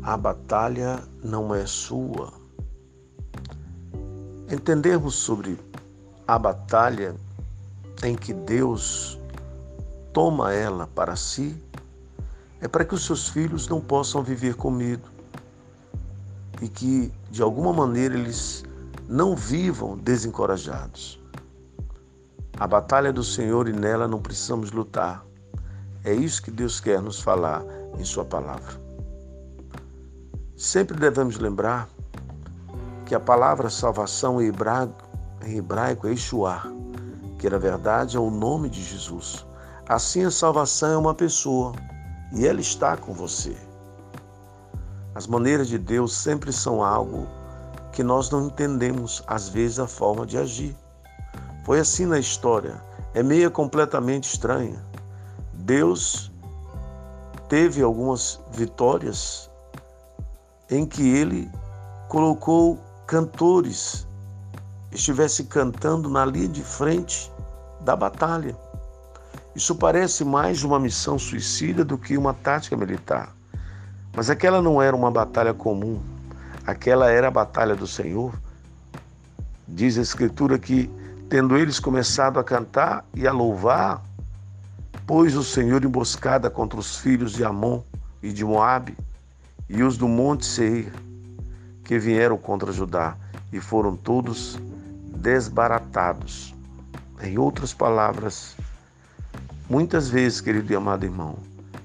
A batalha não é sua. Entendermos sobre a batalha em que Deus toma ela para si é para que os seus filhos não possam viver com medo e que, de alguma maneira, eles não vivam desencorajados. A batalha é do Senhor e nela não precisamos lutar. É isso que Deus quer nos falar em sua palavra. Sempre devemos lembrar que a palavra salvação em hebraico é Yeshua, que na verdade é o nome de Jesus. Assim, a salvação é uma pessoa e ela está com você. As maneiras de Deus sempre são algo que nós não entendemos, às vezes, a forma de agir. Foi assim na história, é meio completamente estranha. Deus teve algumas vitórias em que ele colocou cantores estivessem cantando na linha de frente da batalha. Isso parece mais uma missão suicida do que uma tática militar. Mas aquela não era uma batalha comum. Aquela era a batalha do Senhor. Diz a Escritura que, tendo eles começado a cantar e a louvar, pôs o Senhor emboscada contra os filhos de Amon e de Moabe e os do monte Seir, que vieram contra Judá, e foram todos desbaratados. Em outras palavras, muitas vezes, querido e amado irmão,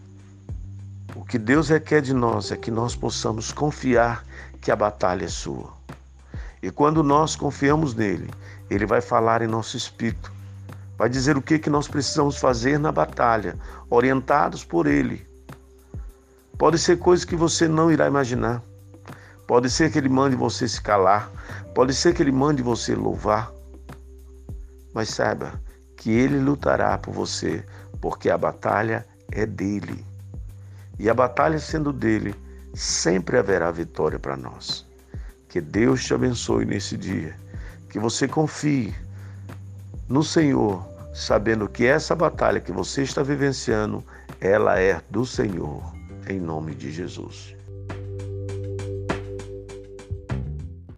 o que Deus requer de nós é que nós possamos confiar que a batalha é sua. E quando nós confiamos nele, ele vai falar em nosso espírito, vai dizer o que nós precisamos fazer na batalha, orientados por ele. Pode ser coisa que você não irá imaginar. Pode ser que ele mande você se calar. Pode ser que ele mande você louvar. Mas saiba que ele lutará por você, porque a batalha é dele. E a batalha sendo dele, sempre haverá vitória para nós. Que Deus te abençoe nesse dia. Que você confie no Senhor, sabendo que essa batalha que você está vivenciando, ela é do Senhor. Em nome de Jesus.